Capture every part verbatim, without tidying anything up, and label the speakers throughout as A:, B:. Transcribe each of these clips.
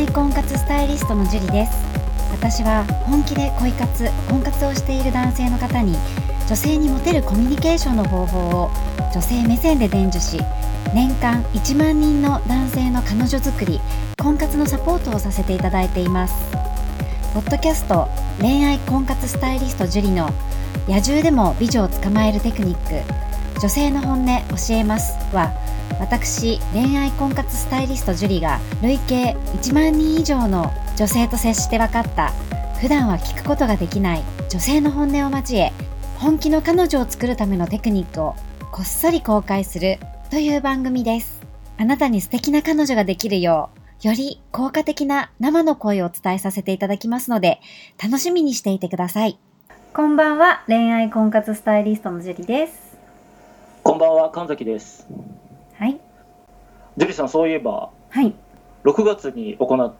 A: 婚活スタイリストのジュリです。私は本気で恋活、婚活をしている男性の方に女性にモテるコミュニケーションの方法を女性目線で伝授し、年間いちまんにんの男性の彼女作り、婚活のサポートをさせていただいています。ポッドキャスト恋愛婚活スタイリストジュリの野獣でも美女を捕まえるテクニック、女性の本音教えますは、私恋愛婚活スタイリストジュリが累計いちまんにん以上の女性と接して分かった普段は聞くことができない女性の本音を交え、本気の彼女を作るためのテクニックをこっそり公開するという番組です。あなたに素敵な彼女ができるよう、より効果的な生の声をお伝えさせていただきますので、楽しみにしていてください。こんばんは、恋愛婚活スタイリストのジュリです。
B: こんばんは、神崎です。
A: はい。
B: ジュリさん、そういえば、
A: はい。
B: ろくがつに行った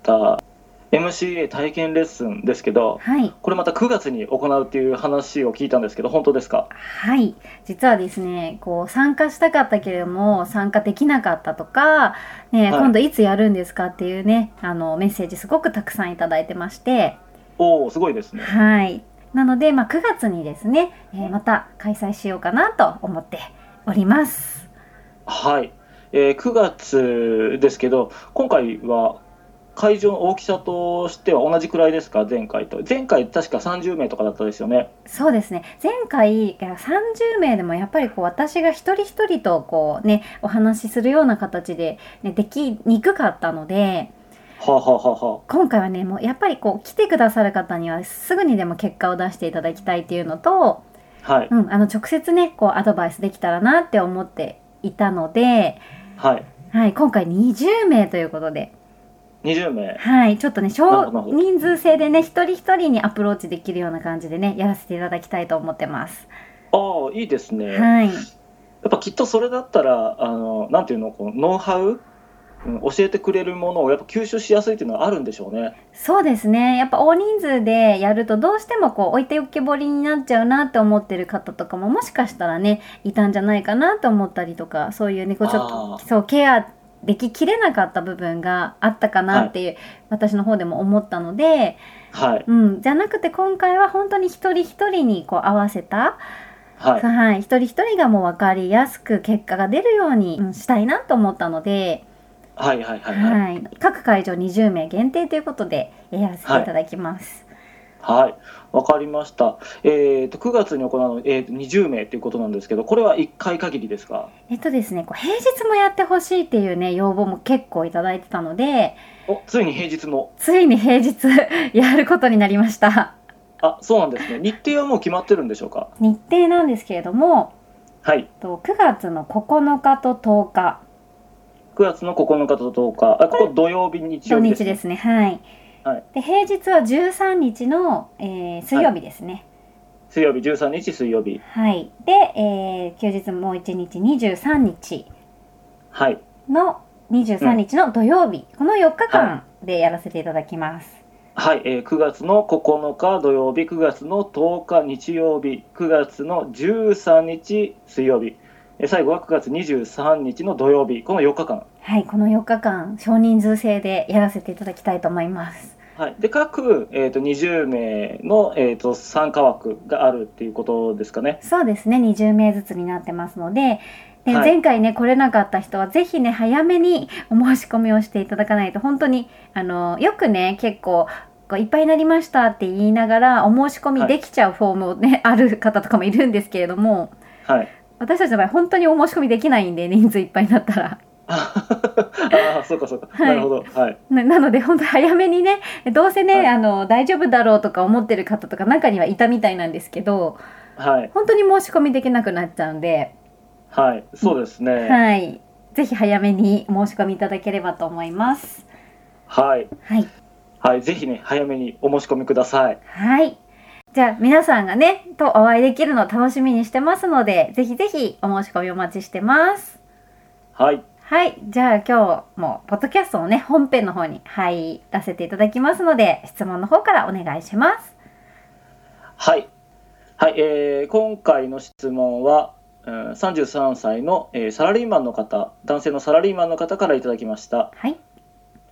B: エムシーエー 体験レッスンですけど、
A: はい。
B: これまたくがつに行うっていう話を聞いたんですけど、本当ですか？
A: はい。実はですね、こう参加したかったけれども参加できなかったとか、ね、はい、今度いつやるんですかっていうね、あのメッセージすごくたくさんいただいてまして。
B: おー、すごいですね。
A: はい。なので、まあ、くがつにですね、えー、また開催しようかなと思っております。
B: はい。えー、くがつですけど、今回は会場の大きさとしては同じくらいですか？前回と。前回確かさんじゅうめいとかだったですよね。
A: そうですね。前回さんじゅうめいでもやっぱりこう私が一人一人とこうねお話しするような形で、ね、できにくかったので、
B: はあはあはあはあ、
A: 今回はねもうやっぱりこう来てくださる方にはすぐにでも結果を出していただきたいっていうのと、
B: はい、
A: うん、あの直接ねこうアドバイスできたらなって思っていたので、
B: はい
A: はい、今回にじゅうめいということで。
B: にじゅうめい、
A: はい、ちょっとね少人数制でね一人一人にアプローチできるような感じでねやらせていただきたいと思ってます。
B: ああ、いいですね。
A: はい。
B: やっぱきっとそれだったらあのなんていうの、こうノウハウ、うん、教えてくれるものをやっぱ吸収しやすいっていうのはあるんでしょうね。
A: そうですね。やっぱ大人数でやるとどうしてもこう置いておけぼりになっちゃうなって思ってる方とかももしかしたらねいたんじゃないかなと思ったりとか、そういうねこうちょっとそうケアでききれなかった部分があったかなっていう、はい、私の方でも思ったので、
B: はい、
A: うん、じゃなくて今回は本当に一人一人にこう合わせた、
B: はい
A: はい、一人一人がもう分かりやすく結果が出るようにしたいなと思ったので、
B: はいはいはいはい、
A: はい、各会場にじゅうめい限定ということでやらせていただきます。
B: はい、わ、はい、かりました。えーと、くがつに行うの、えーと、にじゅうめいということなんですけど、これはいっかい限りですか？
A: えっとですね、こう平日もやってほしいっていうね要望も結構いただいてたので、
B: お、ついに平日も
A: ついに平日やることになりました。
B: あ、そうなんですね。日程はもう決まってるんでしょうか？
A: 日程なんですけれども、
B: はい、
A: くがつのここのかととおか、
B: くがつのここのかととおか、あ、ここ土曜日日曜日ですね。
A: 土日ですね。はい。はい、で平日はじゅうさんにちの、えー、水曜日ですね。はい、
B: 水曜日じゅうさんにち水曜日。
A: はい。で、えー、休日もういちにちにじゅうさんにちのにじゅうさんにちの土曜日、うん、このよっかかんでやらせていただきます。
B: はい、えー、くがつのここのか土曜日、くがつのとおか日曜日、くがつのじゅうさんにち水曜日、えー、最後はくがつにじゅうさんにちの土曜日、このよっかかん。
A: はい、このよっかかん少人数制でやらせていただきたいと思います。
B: はい、で各、えー、とにじゅうめいの、えー、と参加枠があるっていうことですかね。
A: そうですね、にじゅうめいずつになってますので、で、
B: はい、
A: 前回ね来れなかった人はぜひね早めにお申し込みをしていただかないと、本当にあのよくね結構こういっぱいになりましたって言いながらお申し込みできちゃうフォームをね、はい、ある方とかもいるんですけれども、
B: はい、
A: 私たちの場合本当にお申し込みできないんで、人数いっぱいになったら
B: ああ、そうかそうか、はい、なるほど、はい、
A: な, なので本当早めにね、どうせね、はい、あの大丈夫だろうとか思ってる方とか中にはいたみたいなんですけど、
B: はい、
A: 本当に申し込みできなくなっちゃうんで、
B: はい、そうですね、
A: はい、ぜひ早めに申し込みいただければと思います。
B: はい
A: はい
B: はい、ぜひね早めにお申し込みください。
A: はい、じゃあ皆さんがねとお会いできるのを楽しみにしてますので、ぜひぜひお申し込みお待ちしてます。
B: はい
A: はい、じゃあ今日もポッドキャストのね本編の方に入らせていただきますので、質問の方からお願いします。
B: はい、はい、えー、今回の質問は、うん、さんじゅうさんさいの、えー、サラリーマンの方、男性のサラリーマンの方からいただきました。
A: はい。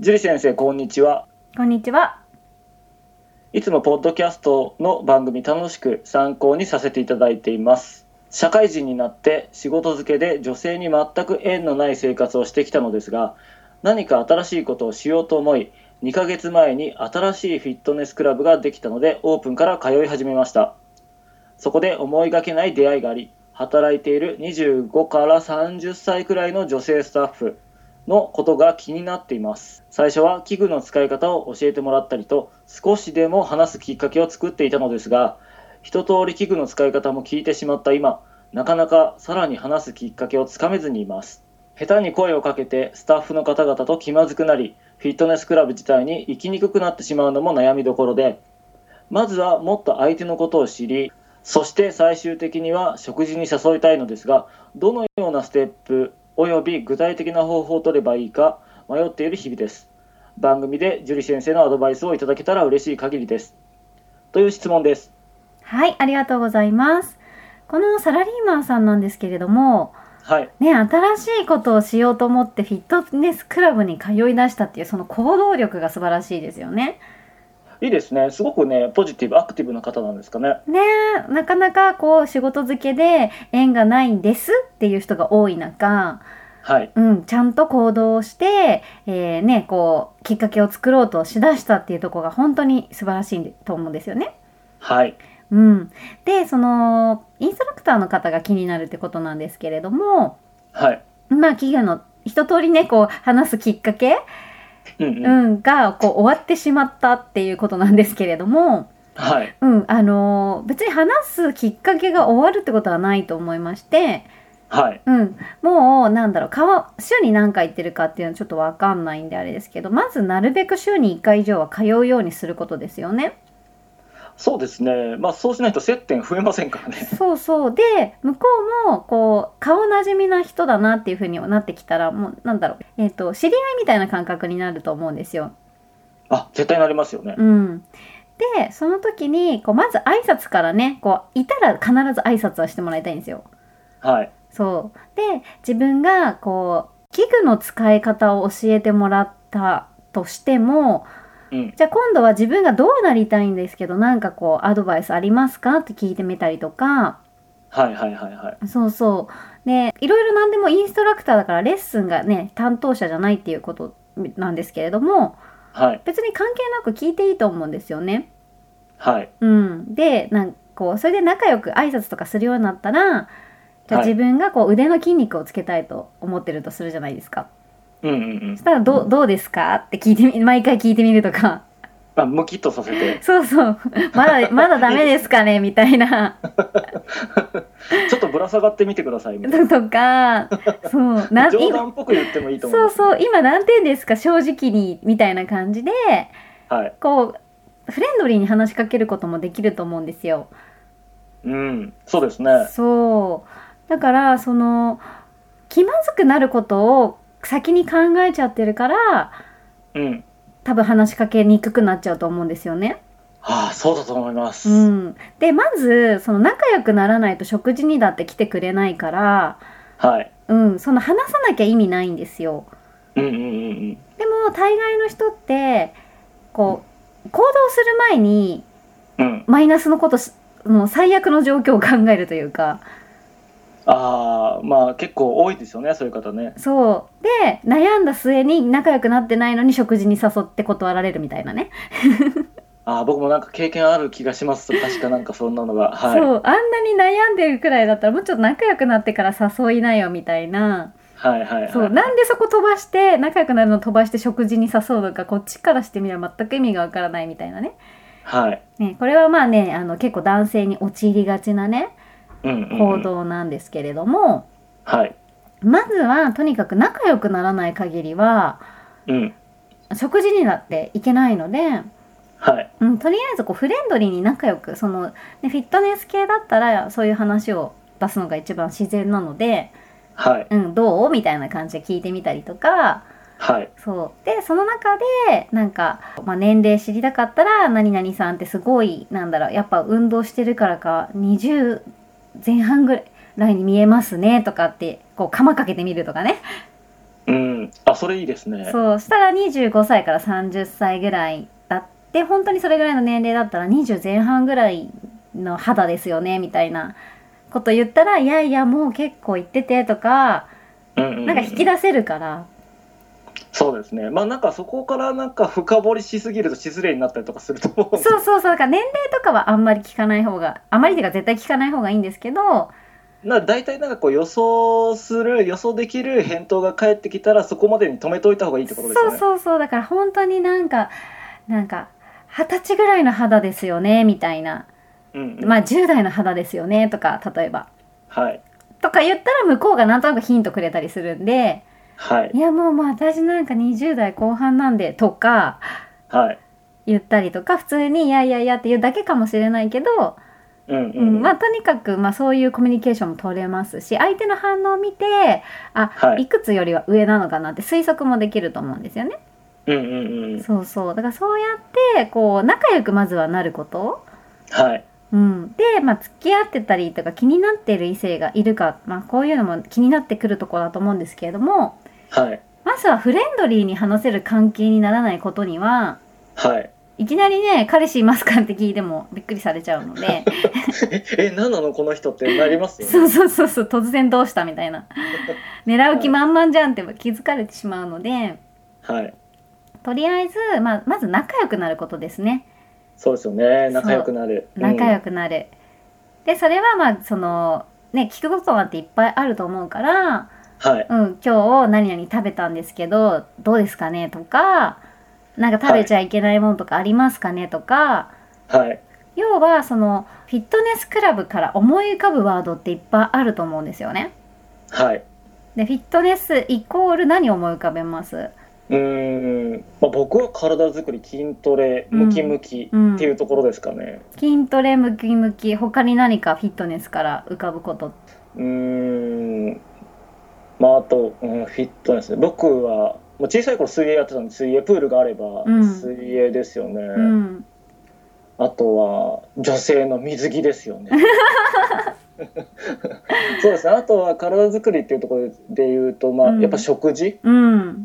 B: 樹里先生、こんにちは。
A: こんにちは。
B: いつもポッドキャストの番組楽しく参考にさせていただいています。社会人になって仕事漬けで女性に全く縁のない生活をしてきたのですが、何か新しいことをしようと思い、にかげつまえに新しいフィットネスクラブができたのでオープンから通い始めました。そこで思いがけない出会いがあり、働いているにじゅうごからさんじゅっさいくらいの女性スタッフのことが気になっています。最初は器具の使い方を教えてもらったりと、少しでも話すきっかけを作っていたのですが、一通り器具の使い方も聞いてしまった今、なかなかさらに話すきっかけをつかめずにいます。下手に声をかけてスタッフの方々と気まずくなり、フィットネスクラブ自体に行きにくくなってしまうのも悩みどころで、まずはもっと相手のことを知り、そして最終的には食事に誘いたいのですが、どのようなステップおよび具体的な方法を取ればいいか迷っている日々です。番組で樹里先生のアドバイスをいただけたら嬉しい限りです。という質問です。
A: はい、ありがとうございます。このサラリーマンさんなんですけれども、
B: はい。
A: ね、新しいことをしようと思ってフィットネスクラブに通い出したっていうその行動力が素晴らしいですよね。
B: いいですね。すごくね、ポジティブ、アクティブな方なんですかね。
A: ねえ、なかなかこう仕事漬けで縁がないんですっていう人が多い中、
B: はい。
A: うん、ちゃんと行動して、えーね、こうきっかけを作ろうとしだしたっていうところが本当に素晴らしいと思うんですよね。
B: はい。
A: うん、でそのインストラクターの方が気になるってことなんですけれども、
B: はい。
A: まあ企業の一通りねこう話すきっかけ、
B: うんうん。
A: うん、がこう終わってしまったっていうことなんですけれども、
B: はい。
A: うん、あのー別に話すきっかけが終わるってことはないと思いまして、
B: はい。
A: うん、もうなんだろうかわ週に何回行ってるかっていうのはちょっと分かんないんであれですけど、まずなるべく週にいっかい以上は通うようにすることですよね。
B: そうですね。まあそうしないと接点増えませんからね。
A: そうそうで向こうもこう顔なじみな人だなっていう風になってきたらもうなんだろう、えーと、知り合いみたいな感覚になると思うんですよ。
B: あ、絶対なりますよね。
A: うん、でその時にこうまず挨拶からねこういたら必ず挨拶はしてもらいたいんですよ。
B: はい。
A: そうで自分がこう器具の使い方を教えてもらったとしても、
B: うん。
A: じゃあ今度は自分がどうなりたいんですけどなんかこうアドバイスありますかって聞いてみたりとか、
B: はいはいはいはい。
A: そうそうでいろいろ何でもインストラクターだからレッスンがね担当者じゃないっていうことなんですけれども、
B: はい。
A: 別に関係なく聞いていいと思うんですよね。
B: はい。
A: うん、でなんかこうそれで仲良く挨拶とかするようになったら、じゃあ
B: はい
A: 自分がこう腕の筋肉をつけたいと思ってるとするじゃないですか。
B: うんうんうん
A: そし。たらどうどうですかって聞いてみ毎回聞いてみるとか、
B: あ、ムキッとさせて。
A: そうそうまだまだダメですかねみたいな
B: ちょっとぶら下がってみてくださいみたいな。
A: とか、そうな
B: 冗
A: 今
B: 談っぽく言ってもいいと思います。
A: そうそう今何点ですか正直にみたいな感じで
B: はい。
A: こうフレンドリーに話しかけることもできると思うんですよ。
B: うん。そうですね。
A: そうだからその気まずくなることを先に考えちゃってるから
B: うん。
A: 多分話しかけにくくなっちゃうと思うんですよね。
B: ああ、そうだと思います。
A: うん、でまずその仲良くならないと食事にだって来てくれないから、
B: はい。
A: うん、その話さなきゃ意味ないんですよ。
B: うんうんうんうん。
A: でも大概の人ってこう行動する前に
B: うん。
A: マイナスのことしもう最悪の状況を考えるというか、
B: ああ、まあ結構多いですよね、そういう方ね。
A: そうで悩んだ末に仲良くなってないのに食事に誘って断られるみたいなね、
B: ああ、僕もなんか経験ある気がします。確かなんかそんなのが。はい。
A: そうあんなに悩んでるくらいだったらもうちょっと仲良くなってから誘いなよみたいな、
B: はいはいはい。
A: そうなんでそこ飛ばして仲良くなるの飛ばして食事に誘うのかこっちからしてみれば全く意味がわからないみたいなね。
B: はい。
A: ねこれはまあねあの結構男性に陥りがちなね
B: うんうんうん。
A: 行動なんですけれども、
B: はい。
A: まずはとにかく仲良くならない限りは
B: うん。
A: 食事にだっていけないので、
B: はい。
A: うん、とりあえずこうフレンドリーに仲良くその、ね、フィットネス系だったらそういう話を出すのが一番自然なので、
B: はい。
A: うん、どうみたいな感じで聞いてみたりとか、
B: はい。
A: そうでその中でなんか、まあ、年齢知りたかったら何々さんってすごいなんだろうやっぱ運動してるからかにじゅうぜん半ぐらいに見えますねとかってこう鎌かけてみるとかね。
B: うん。ああ、それいいですね。
A: そうしたらにじゅうごさいからさんじゅっさいぐらいだって、本当にそれぐらいの年齢だったらにじゅう前半ぐらいの肌ですよねみたいなこと言ったら、いやいやもう結構言っててとか、
B: うんうんうん、
A: なんか引き出せるから。
B: そうですね。まあなんかそこからなんか深掘りしすぎると失礼になったりとかすると思うんで。
A: そうそうそう、だから年齢とかはあんまり聞かない方が、あまりてか絶対聞かない方がいいんですけど、
B: な大体なんかこう予想する予想できる返答が返ってきたらそこまでに止めといた方がいいってことですよね。
A: そうそうそう、だから本当になんかなんか二十歳ぐらいの肌ですよねみたいな、
B: うんうん、
A: まあじゅう代の肌ですよねとか、例えば
B: はい
A: とか言ったら向こうがなんとなくヒントくれたりするんで、
B: はい
A: いやもうまあ私なんかにじゅう代後半なんでとか
B: はい
A: 言ったりとか、普通にいやいやいやっていうだけかもしれないけど、
B: うんうん
A: う
B: うん
A: ん、まあとにかく、まあ、そういうコミュニケーションも取れますし、相手の反応を見て、あ、
B: はい、
A: いくつよりは上なのかなって推測もできると思うんですよね。
B: うんうんうん、
A: そうそう、だからそうやってこう仲良くまずはなること、
B: はい、
A: うん、で、まあ、付き合ってたりとか気になっている異性がいるか、まあ、こういうのも気になってくるところだと思うんですけれども、
B: はい
A: まずはフレンドリーに話せる関係にならないことには、
B: はい、
A: いきなりね彼氏いますかって聞いてもびっくりされちゃうので
B: え、何なのこの人ってなりますよね。
A: そうそうそうそう、突然どうしたみたいな狙う気満々じゃんって気づかれてしまうので、
B: はい、
A: とりあえず、まあ、まず仲良くなることですね。
B: そうですよね、仲良くなる、
A: 仲良くなる、うん、でそれはまあそのね聞くことなんていっぱいあると思うから、
B: はい、
A: うん、今日何々食べたんですけどどうですかねとか、なんか食べちゃいけないものとかありますかねとか、
B: はい、
A: 要はそのフィットネスクラブから思い浮かぶワードっていっぱいあると思うんですよね。
B: はい、
A: でフィットネスイコール何を思い浮かべます？
B: うーん、まあ、僕は体作り、筋トレ、ムキムキっていうところですかね、
A: うん、筋トレ、ムキムキ、他に何かフィットネスから浮かぶこと？
B: うーん、まああと、うん、フィットネス、僕はもう小さい頃水泳やってたんで、水泳プールがあれば水泳ですよね、うん、あとは女性の水着ですよねそうですね、あとは体作りっていうところで言うと、まあ、うん、やっぱ食事、うん、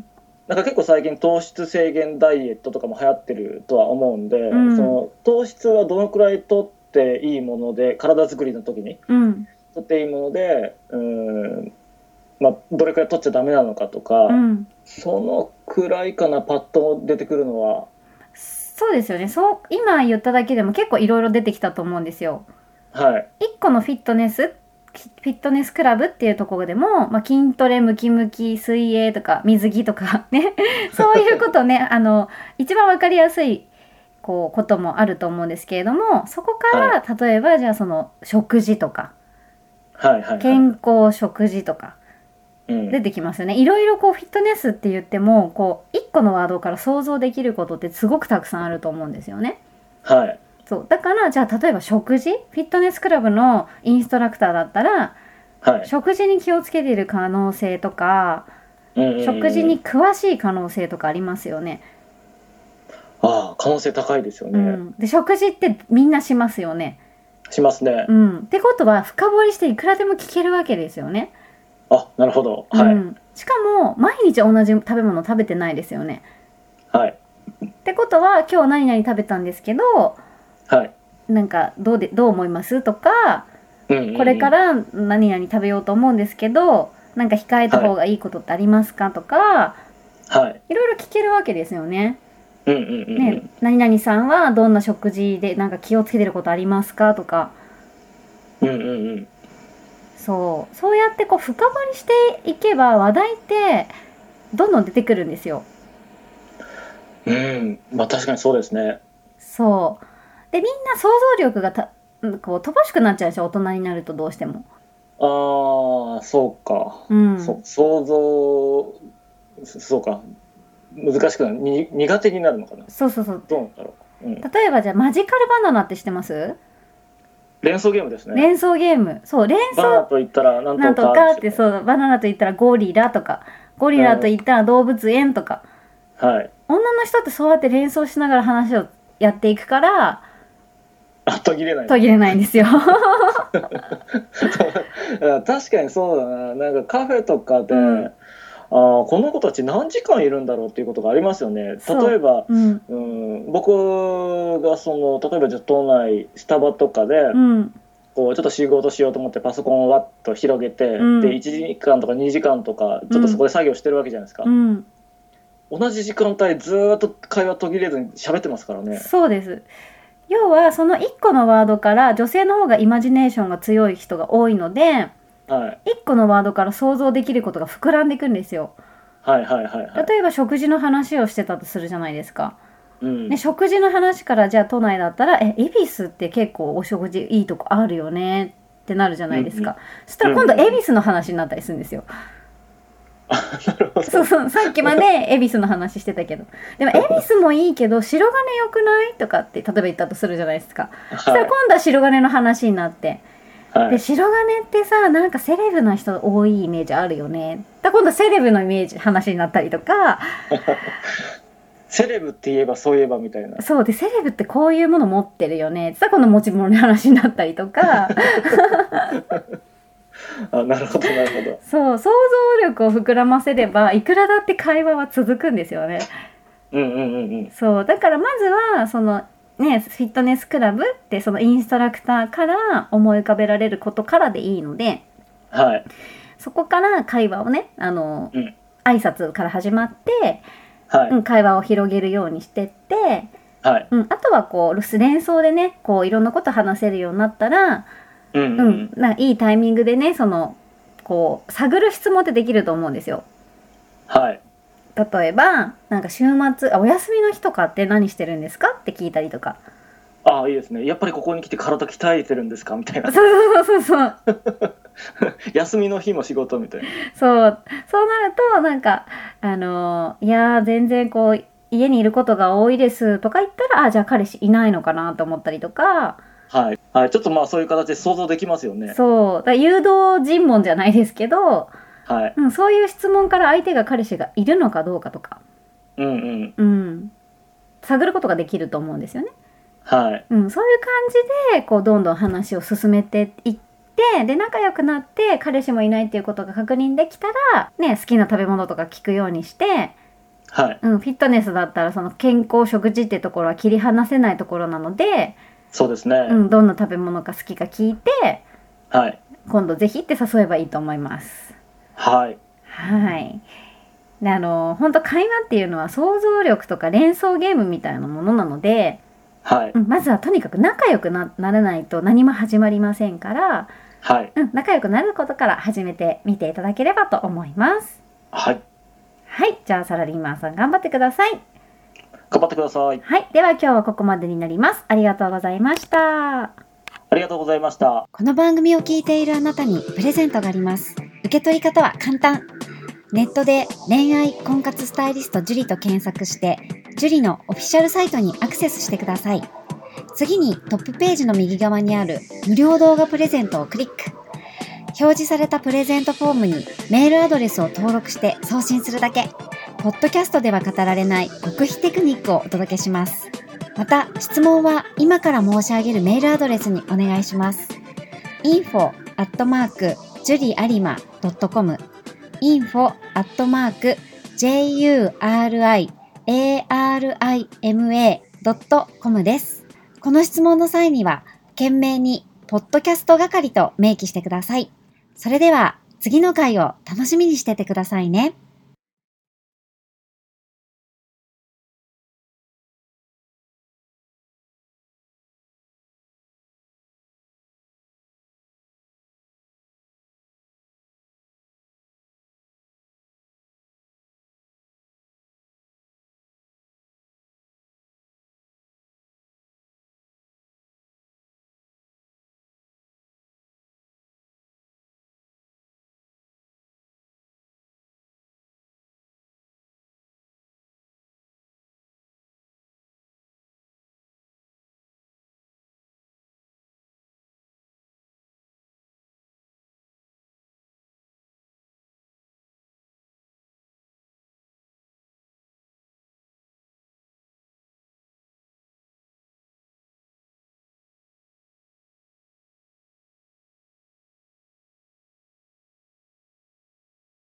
B: なんか結構最近糖質制限ダイエットとかも流行ってるとは思うんで、うん、その糖質はどのくらい取っていいもので、体作りの時に、うん、取っていいもので、うーん、まあ、どれくらい取っちゃダメなのかとか、うん、そのくらいかな、パッと出てくるのは。
A: そうですよね。そう今言っただけでも結構いろいろ出てきたと思うんですよ。
B: はい、
A: いっこのフィットネスフィットネスクラブっていうところでも、まあ、筋トレ、ムキムキ、水泳とか水着とかねそういうことねあの一番わかりやすいこうこともあると思うんですけれども、そこから、はい、例えばじゃあその食事とか、
B: はいはいはい、
A: 健康食事とか出てきますよね、うん、いろいろこうフィットネスって言ってもこういっこのワードから想像できることってすごくたくさんあると思うんですよね。
B: はい、
A: そうだからじゃあ例えば食事、フィットネスクラブのインストラクターだったら、はい、食事に気をつけている可能性とか、うんうんうん、食事に詳しい可能性とかありますよね。
B: ああ、可能性高いですよね、うん、
A: で食事ってみんなしますよね。
B: しますね、
A: うん、ってことは深掘りしていくらでも聞けるわけですよね。
B: あ、なるほど、はい、うん、
A: しかも毎日同じ食べ物食べてないですよね。
B: はい、
A: ってことは今日何々食べたんですけど、
B: はい、
A: なんかどうでどう思いますとか、うんうんうん、これから何々食べようと思うんですけどなんか控えた方がいいことってありますかとか、はい、いろいろ聞けるわけですよね。うんうんうんうん、ね、何々さんはどんな食事でなんか気をつけてることありますかとか、うんうんうん、そうそうやってこう深掘りしていけば話題ってどんどん出てくるんですよ。
B: うん、まあ確かにそうですね。
A: そうでみんな想像力がたこう乏しくなっちゃうでしょ、大人になるとどうしても。
B: ああ、そうか、うん、そ想像そうか難しくなる、に苦手になるのかな。
A: そうそうそう、
B: どうなんだろう、うん、
A: 例えばじゃあマジカルバナナって知ってます？
B: 連想ゲームですね。
A: 連想ゲーム、そう連想
B: バナナと言ったらなんとか、
A: なんとかってそうバナナと言ったらゴリラとかゴリラと言ったら動物園とか、うん、はい、女の人ってそうやって連想しながら話をやっていくから
B: あ途切れない
A: 途切れないんですよ
B: 確かにそうだな。なんかカフェとかで、うん、 あこの子たち何時間いるんだろうっていうことがありますよね。例えば、うん、うん僕がその例えばじゃ都内スタバとかで、うん、こうちょっと仕事しようと思ってパソコンをわっと広げて、うん、でいちじかんとかにじかんとかちょっとそこで作業してるわけじゃないですか、うん、同じ時間帯ずーっと会話途切れずに喋ってますからね。
A: そうです。要はそのいっこのワードから女性の方がイマジネーションが強い人が多いので、はい、いっこのワードから想像できることが膨らんでいくんですよ。
B: はいはいはいはい、
A: 例えば食事の話をしてたとするじゃないですか、うん、で食事の話からじゃあ都内だったらえ恵比寿って結構お食事いいとこあるよねってなるじゃないですか、うんうん、そしたら今度恵比寿の話になったりするんですよ、
B: なるほど。
A: そうそう、さっきまで恵比寿の話してたけどでも恵比寿もいいけど白金良くないとかって例えば言ったとするじゃないですか、はい、そしたら今度は白金の話になって、はい、で白金ってさなんかセレブな人多いイメージあるよね。だ今度セレブのイメージ話になったりとか
B: セレブって言えばそういえばみたいな。
A: そうでセレブってこういうもの持ってるよねって今度持ち物の話になったりとか
B: あなるほどなるほど。
A: そう想像力を膨らませればいくらだって会話は続くんですよね。
B: うんうんうんうん。
A: そうだからまずはそのね、フィットネスクラブってそのインストラクターから思い浮かべられることからでいいので、はい、そこから会話をねあの、うん、挨拶から始まって、はいうん、会話を広げるようにしてって、はいうん、あとはこう連想でねこういろんなこと話せるようになったら、うんうんうん、ないいタイミングでねそのこう探る質問ってできると思うんですよ。はい例えばなんか週末あお休みの日とかって何してるんですかって聞いたりとか。
B: ああいいですね。やっぱりここに来て体鍛えてるんですかみたいな。
A: そうそうそうそう
B: 休みの日も仕事みたいな。
A: そうそうなるとなんかあのいや全然こう家にいることが多いですとか言ったらあじゃあ彼氏いないのかなと思ったりとか。
B: はい、はい、ちょっとまあそういう形で想像できますよね。
A: そうだ誘導尋問じゃないですけどはいうん、そういう質問から相手が彼氏がいるのかどうかとか、うんうんうん、探ることができると思うんですよね。はいうん、そういう感じでこうどんどん話を進めていってで仲良くなって彼氏もいないっていうことが確認できたら、ね、好きな食べ物とか聞くようにして、はいうん、フィットネスだったらその健康食事っていうところは切り離せないところなので
B: そうですね、
A: うん、どんな食べ物が好きか聞いて、はい、今度ぜひって誘えばいいと思います。はい。はい。で、あの、本当会話っていうのは想像力とか連想ゲームみたいなものなので、はい。うん、まずはとにかく仲良く な, ならないと何も始まりませんから、はい。うん、仲良くなることから始めてみていただければと思います。はい。はい。じゃあ、サラリーマンさん頑張ってください。
B: 頑張ってください。
A: はい。では今日はここまでになります。ありがとうございました。
B: ありがとうございました。
A: この番組を聞いているあなたにプレゼントがあります。受け取り方は簡単。ネットで恋愛婚活スタイリスト樹と検索して樹のオフィシャルサイトにアクセスしてください。次にトップページの右側にある無料動画プレゼントをクリック。表示されたプレゼントフォームにメールアドレスを登録して送信するだけ。ポッドキャストでは語られない極秘テクニックをお届けします。また質問は今から申し上げるメールアドレスにお願いします。インフォ アットマーク ジュリアリマ ドットコム インフォ アットマーク ジェイユーアールアイエーアールアイエムエー ドットコム です。この質問の際には懸命にポッドキャスト係と明記してください。それでは次の回を楽しみにしててくださいね。